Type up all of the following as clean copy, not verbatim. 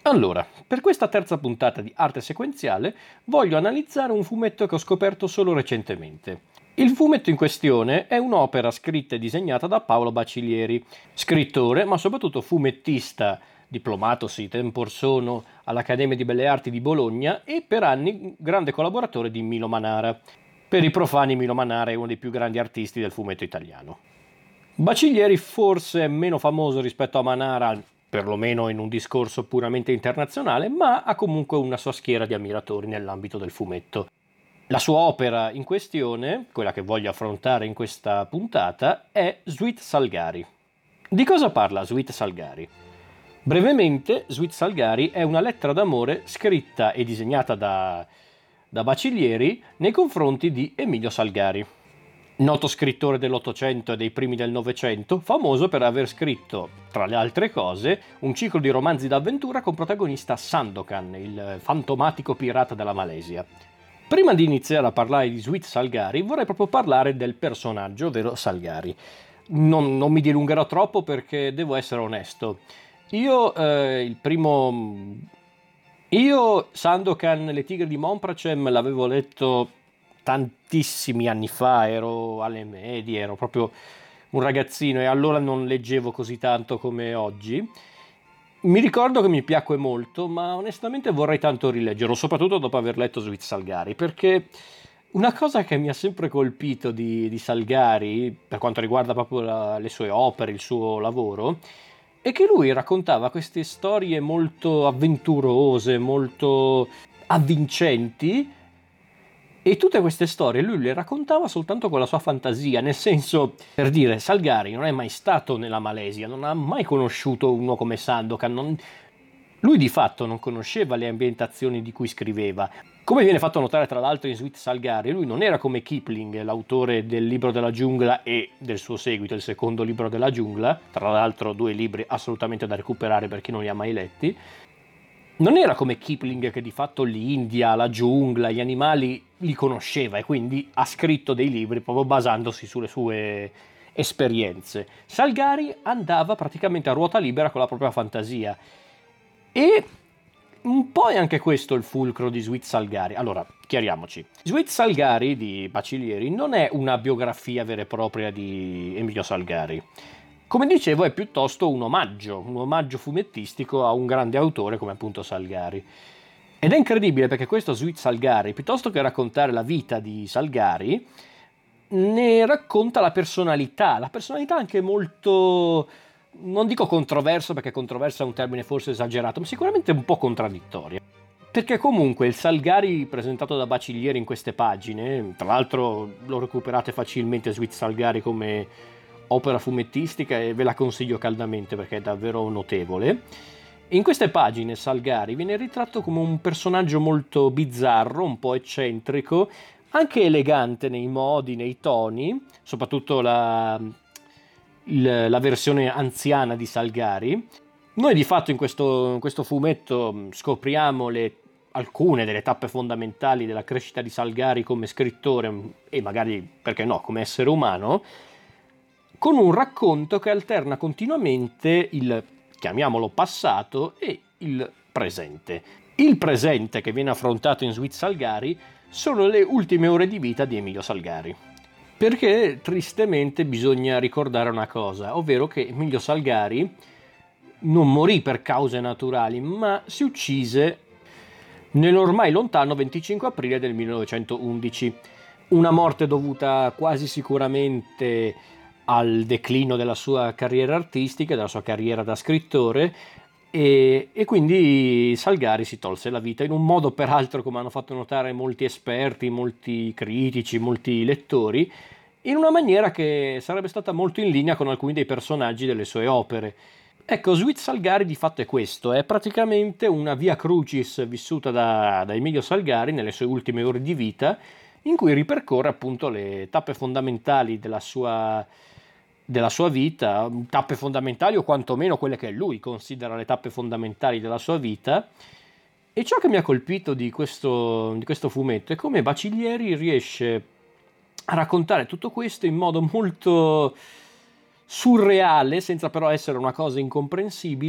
Allora, per questa terza puntata di Arte Sequenziale voglio analizzare un fumetto che ho scoperto solo recentemente. Il fumetto in questione è un'opera scritta e disegnata da Paolo Bacilieri, scrittore ma soprattutto fumettista, diplomatosi tempor sono all'Accademia di Belle Arti di Bologna e per anni grande collaboratore di Milo Manara. Per i profani Milo Manara è uno dei più grandi artisti del fumetto italiano. Bacilieri forse è meno famoso rispetto a Manara, perlomeno in un discorso puramente internazionale, ma ha comunque una sua schiera di ammiratori nell'ambito del fumetto. La sua opera in questione, quella che voglio affrontare in questa puntata, è Sweet Salgari. Di cosa parla Sweet Salgari? Brevemente, Sweet Salgari è una lettera d'amore scritta e disegnata da Bacilieri nei confronti di Emilio Salgari, noto scrittore dell'Ottocento e dei primi del Novecento, famoso per aver scritto, tra le altre cose, un ciclo di romanzi d'avventura con protagonista Sandokan, il fantomatico pirata della Malesia. Prima di iniziare a parlare di Sweet Salgari, vorrei proprio parlare del personaggio, ovvero Salgari. Non mi dilungherò troppo perché devo essere onesto. Io Sandokan, le tigre di Monpracem, l'avevo letto tantissimi anni fa, ero alle medie, ero proprio un ragazzino e allora non leggevo così tanto come oggi. Mi ricordo che mi piacque molto, ma onestamente vorrei tanto rileggerlo, soprattutto dopo aver letto Sweet Salgari, perché una cosa che mi ha sempre colpito di Salgari, per quanto riguarda proprio le sue opere, il suo lavoro, è che lui raccontava queste storie molto avventurose, molto avvincenti, e tutte queste storie lui le raccontava soltanto con la sua fantasia, nel senso, per dire, Salgari non è mai stato nella Malesia, non ha mai conosciuto uno come Sandokan, lui di fatto non conosceva le ambientazioni di cui scriveva. Come viene fatto notare tra l'altro in Sweet Salgari, lui non era come Kipling, l'autore del Libro della giungla e del suo seguito, il secondo Libro della giungla, tra l'altro due libri assolutamente da recuperare per chi non li ha mai letti. Non era come Kipling che di fatto l'India, la giungla, gli animali li conosceva e quindi ha scritto dei libri proprio basandosi sulle sue esperienze. Salgari andava praticamente a ruota libera con la propria fantasia e un po' è anche questo il fulcro di Sweet Salgari. Allora, chiariamoci. Sweet Salgari di Bacilieri non è una biografia vera e propria di Emilio Salgari. Come dicevo, è piuttosto un omaggio fumettistico a un grande autore come appunto Salgari. Ed è incredibile perché questo Sweet Salgari, piuttosto che raccontare la vita di Salgari, ne racconta la personalità anche molto, non dico controversa perché controversa è un termine forse esagerato, ma sicuramente un po' contraddittoria. Perché comunque il Salgari presentato da Bacilieri in queste pagine, tra l'altro lo recuperate facilmente Sweet Salgari come opera fumettistica e ve la consiglio caldamente perché è davvero notevole. In queste pagine Salgari viene ritratto come un personaggio molto bizzarro, un po' eccentrico, anche elegante nei modi, nei toni, soprattutto la versione anziana di Salgari. Noi di fatto in questo fumetto scopriamo alcune delle tappe fondamentali della crescita di Salgari come scrittore e magari, perché no, come essere umano, con un racconto che alterna continuamente il, chiamiamolo, passato e il presente. Il presente che viene affrontato in Sweet Salgari sono le ultime ore di vita di Emilio Salgari. Perché tristemente bisogna ricordare una cosa, ovvero che Emilio Salgari non morì per cause naturali, ma si uccise nell'ormai lontano 25 aprile del 1911. Una morte dovuta quasi sicuramente al declino della sua carriera artistica, della sua carriera da scrittore, e quindi Salgari si tolse la vita in un modo peraltro, come hanno fatto notare molti esperti, molti critici, molti lettori, in una maniera che sarebbe stata molto in linea con alcuni dei personaggi delle sue opere. Ecco, Sweet Salgari di fatto è questo, è praticamente una via crucis vissuta da Emilio Salgari nelle sue ultime ore di vita, in cui ripercorre appunto le tappe fondamentali della sua vita, tappe fondamentali o quantomeno quelle che lui considera le tappe fondamentali della sua vita. E ciò che mi ha colpito di questo fumetto è come Bacilieri riesce a raccontare tutto questo in modo molto surreale, senza però essere una cosa incomprensibile,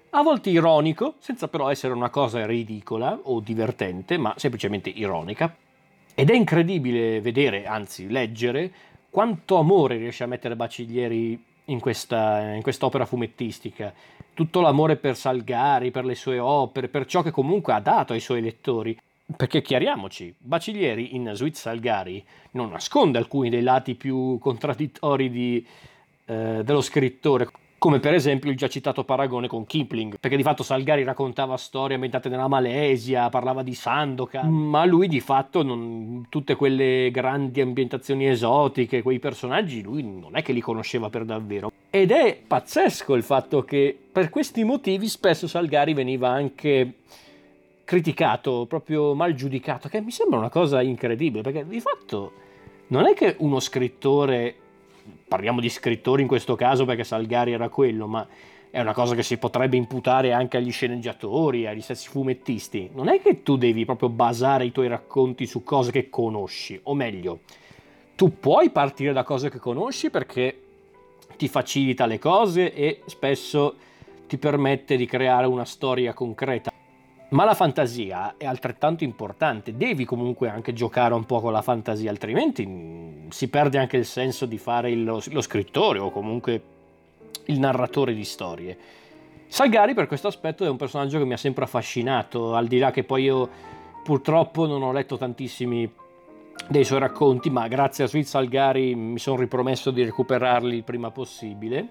a volte ironico, senza però essere una cosa ridicola o divertente, ma semplicemente ironica. Ed è incredibile vedere, anzi leggere, quanto amore riesce a mettere Baciglieri in quest'opera fumettistica. Tutto l'amore per Salgari, per le sue opere, per ciò che comunque ha dato ai suoi lettori. Perché chiariamoci, Baciglieri in Sweet Salgari non nasconde alcuni dei lati più contraddittori dello scrittore, come per esempio il già citato paragone con Kipling, perché di fatto Salgari raccontava storie ambientate nella Malesia, parlava di Sandokan, ma lui di fatto tutte quelle grandi ambientazioni esotiche, quei personaggi, lui non è che li conosceva per davvero. Ed è pazzesco il fatto che per questi motivi spesso Salgari veniva anche criticato, proprio mal giudicato, che mi sembra una cosa incredibile, perché di fatto non è che uno scrittore, parliamo di scrittori in questo caso perché Salgari era quello, ma è una cosa che si potrebbe imputare anche agli sceneggiatori, agli stessi fumettisti. Non è che tu devi proprio basare i tuoi racconti su cose che conosci, o meglio, tu puoi partire da cose che conosci perché ti facilita le cose e spesso ti permette di creare una storia concreta. Ma la fantasia è altrettanto importante, devi comunque anche giocare un po' con la fantasia, altrimenti si perde anche il senso di fare lo scrittore o comunque il narratore di storie. Salgari per questo aspetto è un personaggio che mi ha sempre affascinato, al di là che poi io purtroppo non ho letto tantissimi dei suoi racconti, ma grazie a Sweet Salgari mi sono ripromesso di recuperarli il prima possibile.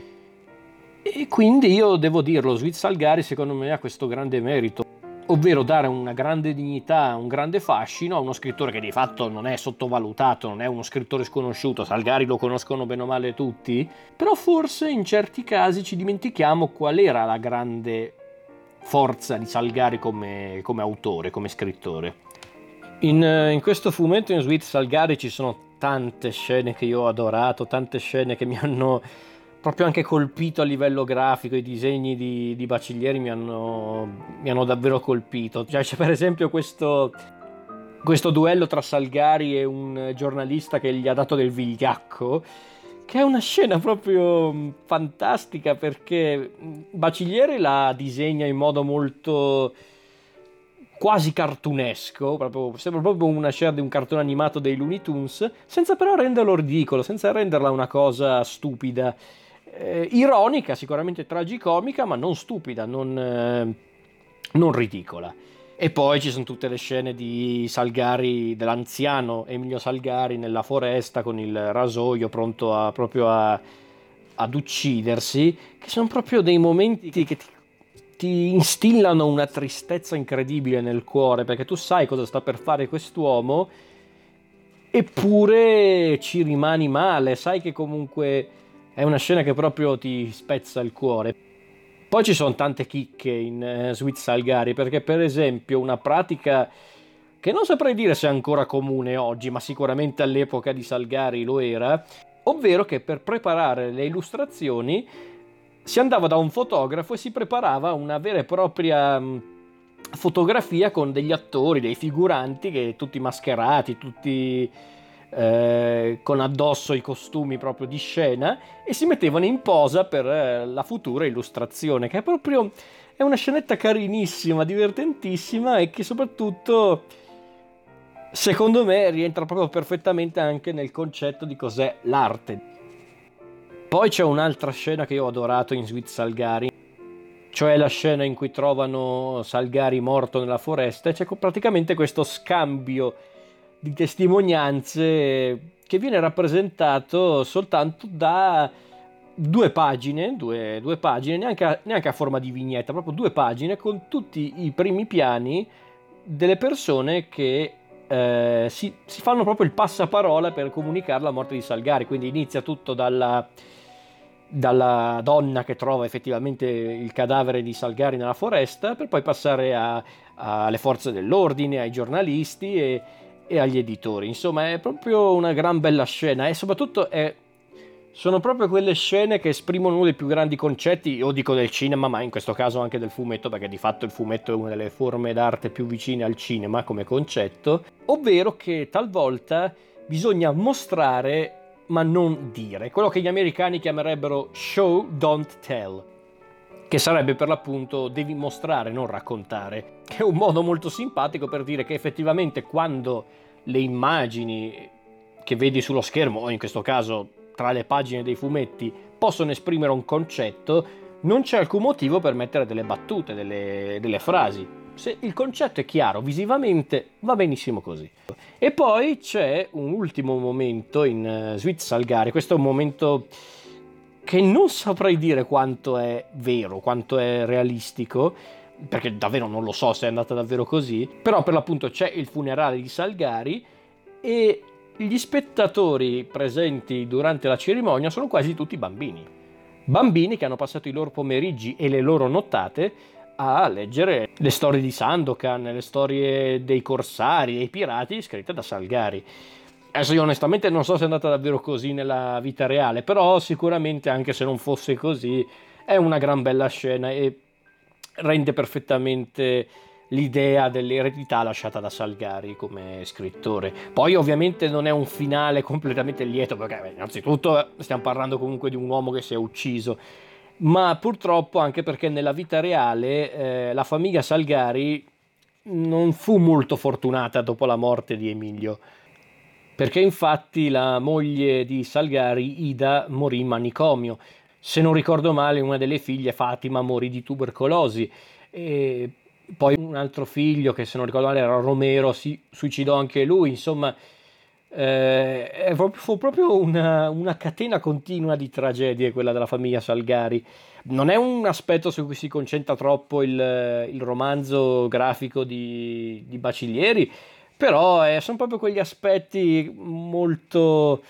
E quindi io devo dirlo, Sweet Salgari secondo me ha questo grande merito, ovvero dare una grande dignità, un grande fascino a uno scrittore che di fatto non è sottovalutato, non è uno scrittore sconosciuto, Salgari lo conoscono bene o male tutti, però forse in certi casi ci dimentichiamo qual era la grande forza di Salgari come autore, come scrittore. In questo fumetto, in Sweet Salgari, ci sono tante scene che io ho adorato, tante scene che mi hanno proprio anche colpito a livello grafico, i disegni di Baciglieri mi hanno davvero colpito. Cioè, c'è per esempio questo duello tra Salgari e un giornalista che gli ha dato del vigliacco, che è una scena proprio fantastica perché Baciglieri la disegna in modo molto quasi cartunesco, sembra proprio una scena di un cartone animato dei Looney Tunes, senza però renderlo ridicolo, senza renderla una cosa stupida. Ironica, sicuramente tragicomica, ma non stupida, non ridicola. E poi ci sono tutte le scene di Salgari, dell'anziano Emilio Salgari nella foresta con il rasoio pronto ad uccidersi, che sono proprio dei momenti che ti instillano una tristezza incredibile nel cuore, perché tu sai cosa sta per fare quest'uomo, eppure ci rimani male, sai che comunque è una scena che proprio ti spezza il cuore. Poi ci sono tante chicche in Sweet Salgari, perché per esempio una pratica che non saprei dire se è ancora comune oggi, ma sicuramente all'epoca di Salgari lo era, ovvero che per preparare le illustrazioni si andava da un fotografo e si preparava una vera e propria fotografia con degli attori, dei figuranti, che tutti mascherati, tutti con addosso i costumi proprio di scena, e si mettevano in posa per la futura illustrazione, che è una scenetta carinissima, divertentissima e che soprattutto secondo me rientra proprio perfettamente anche nel concetto di cos'è l'arte. Poi c'è un'altra scena che io ho adorato in Sweet Salgari, cioè la scena in cui trovano Salgari morto nella foresta, e c'è praticamente questo scambio di testimonianze che viene rappresentato soltanto da due pagine, neanche a forma di vignetta, proprio 2 pagine con tutti i primi piani delle persone che si fanno proprio il passaparola per comunicare la morte di Salgari. Quindi inizia tutto dalla donna che trova effettivamente il cadavere di Salgari nella foresta, per poi passare alle forze dell'ordine, ai giornalisti e agli editori. Insomma, è proprio una gran bella scena, e soprattutto sono proprio quelle scene che esprimono uno dei più grandi concetti, io dico del cinema, ma in questo caso anche del fumetto, perché di fatto il fumetto è una delle forme d'arte più vicine al cinema come concetto, ovvero che talvolta bisogna mostrare ma non dire, quello che gli americani chiamerebbero show don't tell. che sarebbe per l'appunto devi mostrare, non raccontare, che è un modo molto simpatico per dire che effettivamente quando le immagini che vedi sullo schermo, o in questo caso tra le pagine dei fumetti, possono esprimere un concetto, non c'è alcun motivo per mettere delle battute, delle frasi. Se il concetto è chiaro visivamente, va benissimo così. E poi c'è un ultimo momento in Sweet Salgari, questo è un momento che non saprei dire quanto è vero, quanto è realistico, perché davvero non lo so se è andata davvero così, però per l'appunto c'è il funerale di Salgari e gli spettatori presenti durante la cerimonia sono quasi tutti bambini. Bambini che hanno passato i loro pomeriggi e le loro nottate a leggere le storie di Sandokan, le storie dei corsari, dei pirati scritte da Salgari. Adesso io onestamente non so se è andata davvero così nella vita reale, però sicuramente anche se non fosse così è una gran bella scena e rende perfettamente l'idea dell'eredità lasciata da Salgari come scrittore. Poi ovviamente non è un finale completamente lieto, perché innanzitutto stiamo parlando comunque di un uomo che si è ucciso, ma purtroppo anche perché nella vita reale la famiglia Salgari non fu molto fortunata dopo la morte di Emilio, perché infatti la moglie di Salgari, Ida, morì in manicomio. Se non ricordo male, una delle figlie, Fatima, morì di tubercolosi. E poi un altro figlio, che se non ricordo male era Romero, si suicidò anche lui. Insomma, fu proprio una catena continua di tragedie quella della famiglia Salgari. Non è un aspetto su cui si concentra troppo il romanzo grafico di Baciglieri, però sono proprio quegli aspetti molto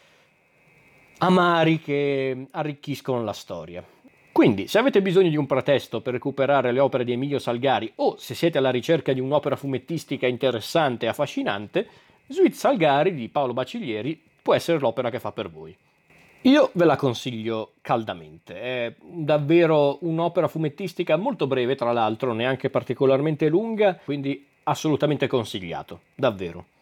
amari che arricchiscono la storia. Quindi, se avete bisogno di un pretesto per recuperare le opere di Emilio Salgari o se siete alla ricerca di un'opera fumettistica interessante e affascinante, Sweet Salgari di Paolo Baciglieri può essere l'opera che fa per voi. Io ve la consiglio caldamente, è davvero un'opera fumettistica molto breve, tra l'altro, neanche particolarmente lunga, quindi assolutamente consigliato, davvero.